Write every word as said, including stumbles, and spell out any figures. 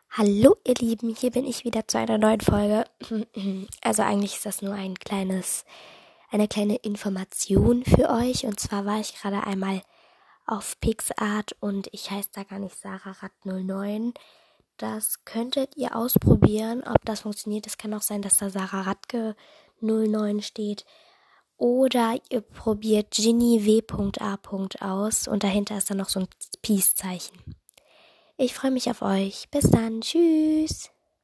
Hallo ihr Lieben, hier bin ich wieder zu einer neuen Folge. Also eigentlich ist das nur ein kleines, eine kleine Information für euch. Und zwar war ich gerade einmal auf PixArt und ich heiße da gar nicht Sarah Rad null neun. Das könntet ihr ausprobieren, ob das funktioniert. Es kann auch sein, dass da Sarah Radke null neun steht. Oder ihr probiert Ginny W A aus und dahinter ist dann noch so ein Peace-Zeichen. Ich freue mich auf euch. Bis dann. Tschüss.